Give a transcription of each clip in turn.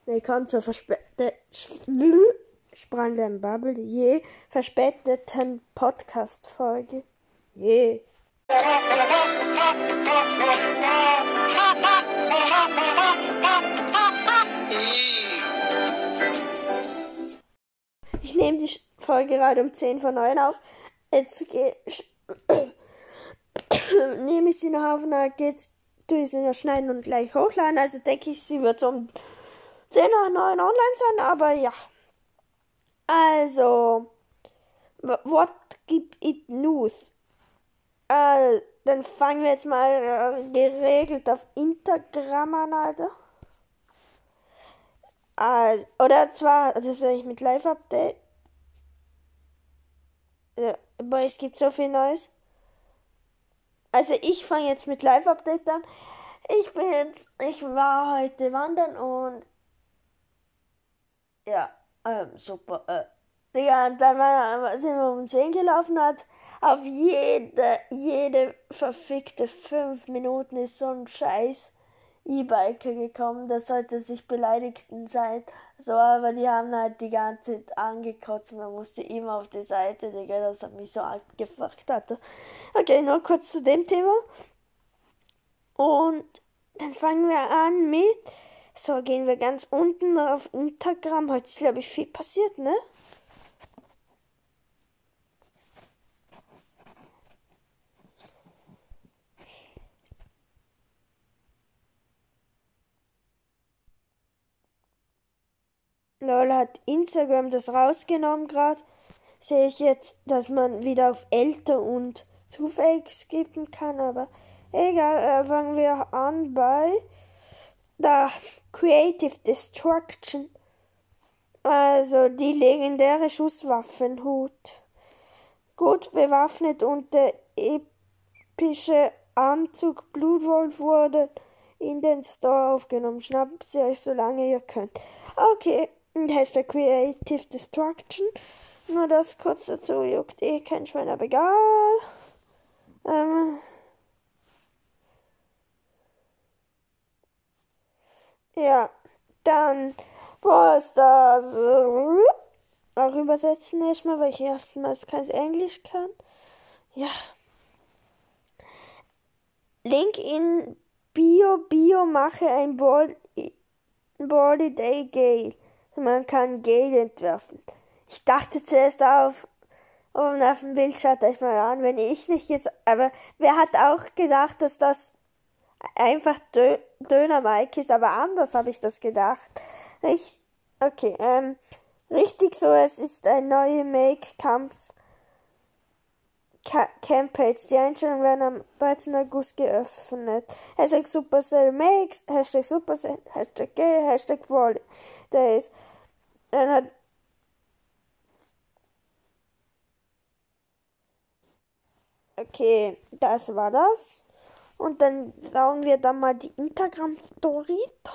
Willkommen zur Sprachenlernen Bubble, je verspäteten Podcast-Folge. Je. Ich nehme die Folge gerade um 10 vor 9 auf. Jetzt nehme ich sie noch auf und dann tue ich sie noch schneiden und gleich hochladen. Also denke ich, sie wird so um 10 nach 9 online sein, aber ja. Also, what gibt it news? Dann fangen wir jetzt mal geregelt auf Instagram an, Alter. Oder zwar, das ist eigentlich mit Live-Update. Ja, aber es gibt so viel Neues. Also ich fange jetzt mit Live-Update an. Ich war heute wandern und ja, super. Digga, und dann sind wir um 10 gelaufen, hat auf jede verfickte 5 Minuten ist so ein scheiß E-Biker gekommen, das sollte sich Beleidigten sein. So, aber die haben halt die ganze Zeit angekotzt, man musste immer auf die Seite, Digga, das hat mich so abgefuckt, hatte. Okay, nur kurz zu dem Thema. Und dann fangen wir an mit, so gehen wir ganz unten auf Instagram, heute ist glaube ich viel passiert, ne? Lol, hat Instagram das rausgenommen gerade. Sehe ich jetzt, dass man wieder auf älter und zufällig skippen kann, aber egal, fangen wir an bei der Creative Destruction. Also die legendäre Schusswaffenhut. Gut bewaffnet und der epische Anzug Blutwolf wurde in den Store aufgenommen. Schnappt sie euch, solange ihr könnt. Okay. Hashtag Creative Destruction. Nur das kurz dazu, juckt eh kein Schwein, aber egal. Ja, dann wo ist das? Auch übersetzen erstmal, weil ich erstmals kein Englisch kann. Ja. Link in Bio mache ein Body Day Gale. Man kann Gale entwerfen. Ich dachte zuerst auf dem Bild, schaut euch mal an, wenn ich nicht jetzt, aber wer hat auch gedacht, dass das einfach Döner Mike ist, aber anders habe ich das gedacht. Richtig so, es ist ein neuer Make-Kampf Campage. Die Einstellungen werden am 13. August geöffnet. Hashtag Supercell Makes, Hashtag Supercell, Hashtag Gay, Hashtag Wall Days. Dann hat okay, das war das. Und dann schauen wir dann mal die Instagram-Story.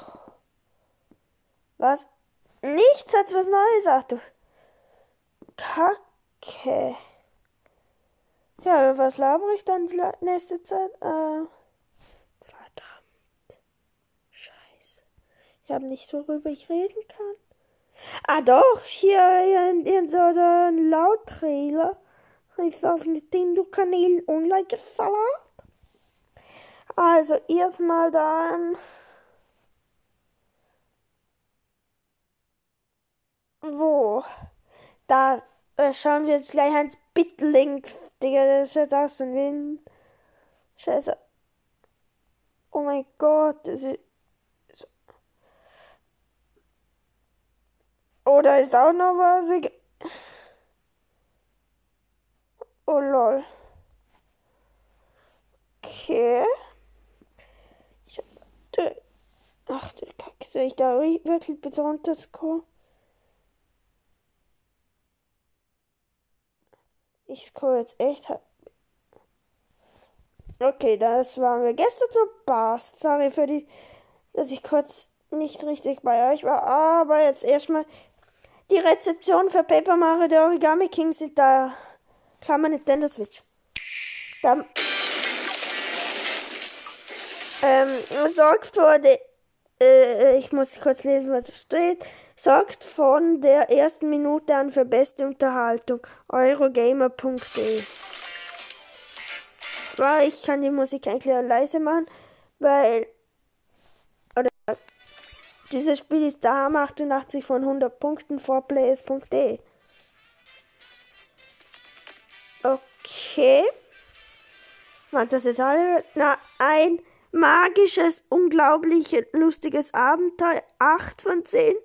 Was? Nichts als was Neues, ach du Kacke. Ja, was labere ich dann die nächste Zeit? Verdammt. Scheiße. Ich habe nicht so, worüber ich reden kann. Ah doch, hier in so einem Laut-Trailer ist auf Nintendo-Kanälen online gefallen. Also erstmal dann wo? Da schauen wir jetzt gleich ans Bitlink. Digga, das ist ja das und Wind. Scheiße. Oh mein Gott, das ist so. Oh, da ist auch noch was. Oh lol. Okay. Ach du Kacke, soll ich da wirklich bitte runterscrollen? Ich scroll jetzt echt. Okay, das waren wir gestern so Bast. Sorry dass ich kurz nicht richtig bei euch war. Aber jetzt erstmal die Rezeption für Paper Mario The Origami King sind da. Klammer Nintendo Switch. Da sorgt wurde Ich muss kurz lesen, was da steht. Sorgt von der ersten Minute an für beste Unterhaltung. Eurogamer.de. Ich kann die Musik eigentlich leise machen, weil dieses Spiel ist da 88 von 100 Punkten vor players.de. Okay. War das jetzt alle? Ein magisches, unglaublich lustiges Abenteuer. 8 von 10.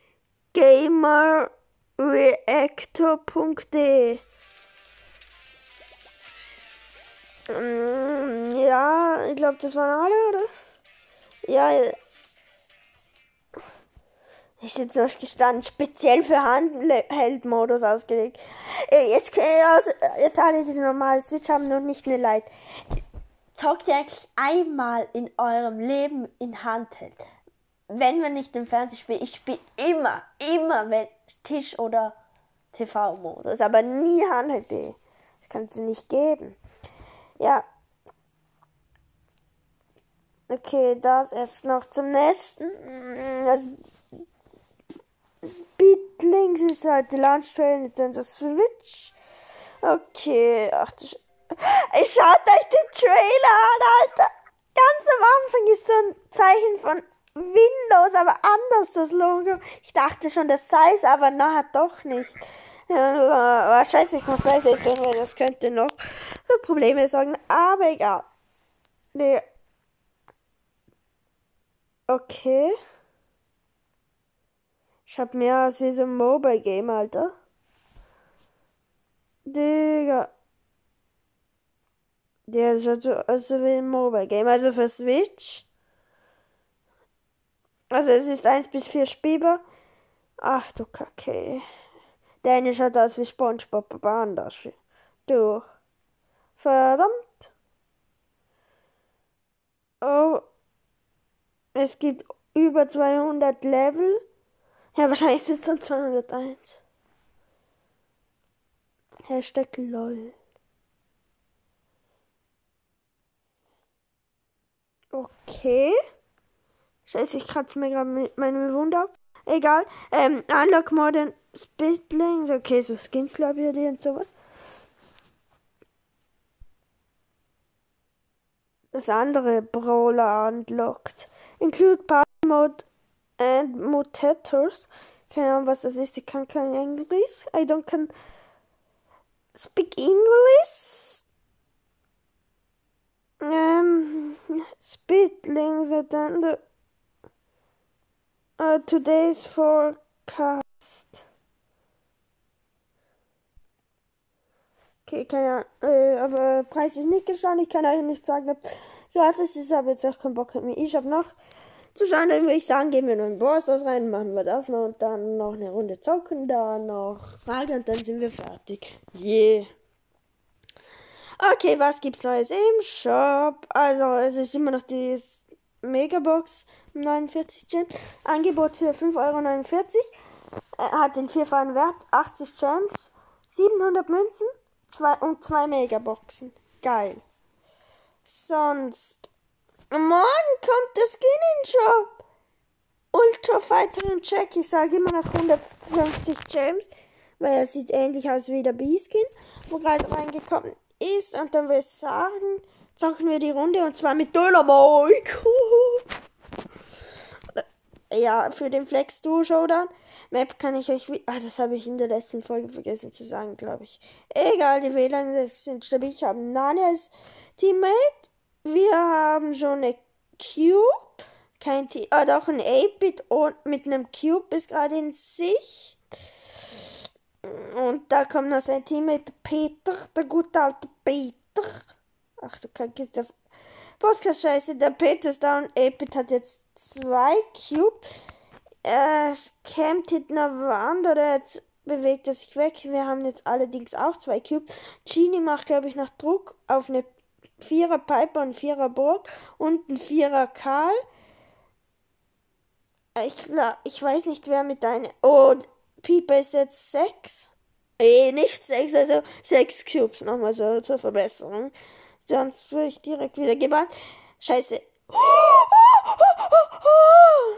Gamerreactor.de. Ja, ich glaube, das waren alle, oder? Ja, ist jetzt noch gestanden, speziell für Handheld-Modus ausgelegt. Jetzt alle, die normale Switch haben, noch nicht eine Lite. Zockt ihr eigentlich einmal in eurem Leben in Handheld? Wenn wir nicht im Fernsehen spielen, ich spiele immer, wenn Tisch- oder TV-Modus, aber nie Handheld. Das kann es nicht geben. Ja. Okay, das jetzt noch zum nächsten. Speedlinks ist halt die Launch Trail Nintendo Switch. Okay, ach du schaut euch den Trailer an, Alter. Ganz am Anfang ist so ein Zeichen von Windows, aber anders das Logo. Ich dachte schon, das sei es, aber nachher doch nicht. Ja, scheiße, ich muss leise tun, weil das könnte noch für Probleme sorgen. Aber egal. Nee. Okay. Ich hab mehr als wie so ein Mobile Game, Alter. Digga. Der schaut so aus wie ein Mobile Game. Also für Switch. Also es ist 1 bis 4 spielbar. Ach du Kacke. Der eine schaut aus wie SpongeBob, aber anders. Du. Verdammt. Oh. Es gibt über 200 Level. Ja, wahrscheinlich sind es dann 201. Hashtag LOL. Okay. Scheiße, ich kratze mir gerade mit meinem Wunder. Egal. Unlock Modern Speedlings. Okay, so Skins, glaube ich, und sowas. Das andere Brawler unlocked. Include Party Mode and Mutators. Keine Ahnung, was das ist. Ich kann kein Englisch. I don't can speak English. Speedlings and today's forecast. Okay, keine Ahnung. Aber Preis ist nicht gestanden. Ich kann euch nicht sagen, ob gratis ist, aber jetzt auch keinen Bock mit mir. Ich habe noch zu schauen, dann würde ich sagen, gehen wir noch in Brawl Stars rein, machen wir das noch und dann noch eine Runde zocken, dann noch Frage und dann sind wir fertig. Yeah. Okay, was gibt's Neues im Shop? Also, es ist immer noch die Megabox 49 Gems. Angebot für 5,49 €. Hat den vierfachen Wert, 80 Gems, 700 Münzen und 2 Megaboxen. Geil. Sonst morgen kommt der Skin-In-Shop. Ultra Fighter und Jack. Ich sage immer noch 150 Gems, weil er sieht ähnlich aus wie der B-Skin, wo gerade reingekommen ist. Und dann würde ich sagen, zocken wir die Runde und zwar mit Dynamite. Ja, für den Flex Duo Showdown. Map kann ich euch das habe ich in der letzten Folge vergessen zu sagen, glaube ich. Egal, die WLAN sind stabil. Ich habe Nani als Teammate. Wir haben schon eine Cube. Kein doch ein 8-Bit und mit einem Cube ist gerade in Sicht. Und da kommt noch sein Teammate Peter, der gute alte Peter. Ach du Kacke, der Podcast scheiße. Der Peter ist da und 8-Bit hat jetzt 2 Cube. Er campt hinten an der Wand oder jetzt bewegt er sich weg. Wir haben jetzt allerdings auch 2 Cube. Genie macht, glaube ich, noch Druck auf eine 4er Piper und 4er Burg und ein 4er Karl. Ich weiß nicht, wer mit deiner... Oh, Piper ist jetzt 6. Nicht 6, also 6 Cubes. Nochmal so zur Verbesserung. Sonst würde ich direkt wieder gebannt. Scheiße.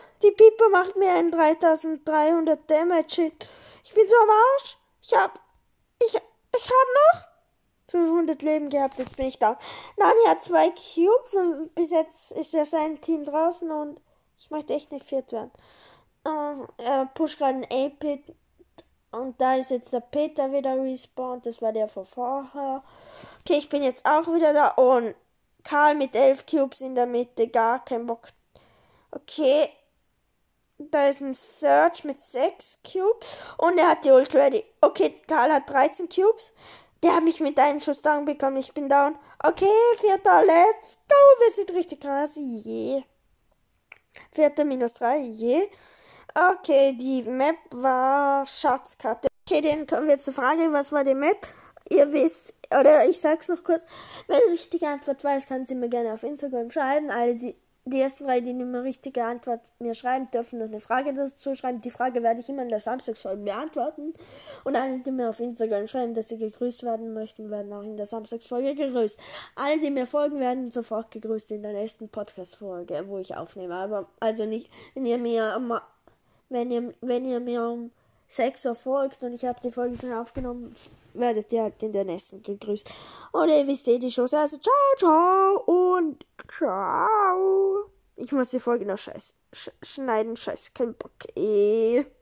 macht mir ein 3300 Damage. Ich bin so am Arsch. Ich hab noch 500 Leben gehabt, jetzt bin ich da. Nani hat 2 Cubes und bis jetzt ist ja sein Team draußen und ich möchte echt nicht viert werden. Er pusht gerade ein 8-Bit und da ist jetzt der Peter wieder respawned, das war der von vorher. Okay, ich bin jetzt auch wieder da und Karl mit 11 Cubes in der Mitte, gar kein Bock. Okay, da ist ein Search mit 6 Cubes und er hat die Ult ready. Okay, Karl hat 13 Cubes. Der hat mich mit einem Schuss down bekommen. Ich bin down. Okay, vierter, let's go. Wir sind richtig krass. Yeah. Vierter -3. Yeah. Okay, die Map war Schatzkarte. Okay, dann kommen wir zur Frage, was war die Map? Ihr wisst, oder ich sag's noch kurz. Wer die richtige Antwort weiß, kann sie mir gerne auf Instagram schreiben. Alle, die ersten 3, die eine richtige Antwort mir schreiben, dürfen noch eine Frage dazu schreiben. Die Frage werde ich immer in der Samstagsfolge beantworten. Und alle, die mir auf Instagram schreiben, dass sie gegrüßt werden möchten, werden auch in der Samstagsfolge gegrüßt. Alle, die mir folgen, werden sofort gegrüßt in der nächsten Podcast-Folge, wo ich aufnehme. Aber also nicht, wenn ihr mir um 6 Uhr folgt und ich habe die Folge schon aufgenommen, werdet ihr halt in der nächsten gegrüßt. Und ihr wisst die Chance. Also ciao, ciao und ciao. Ich muss die Folge noch schneiden. Scheiß, kein Bock.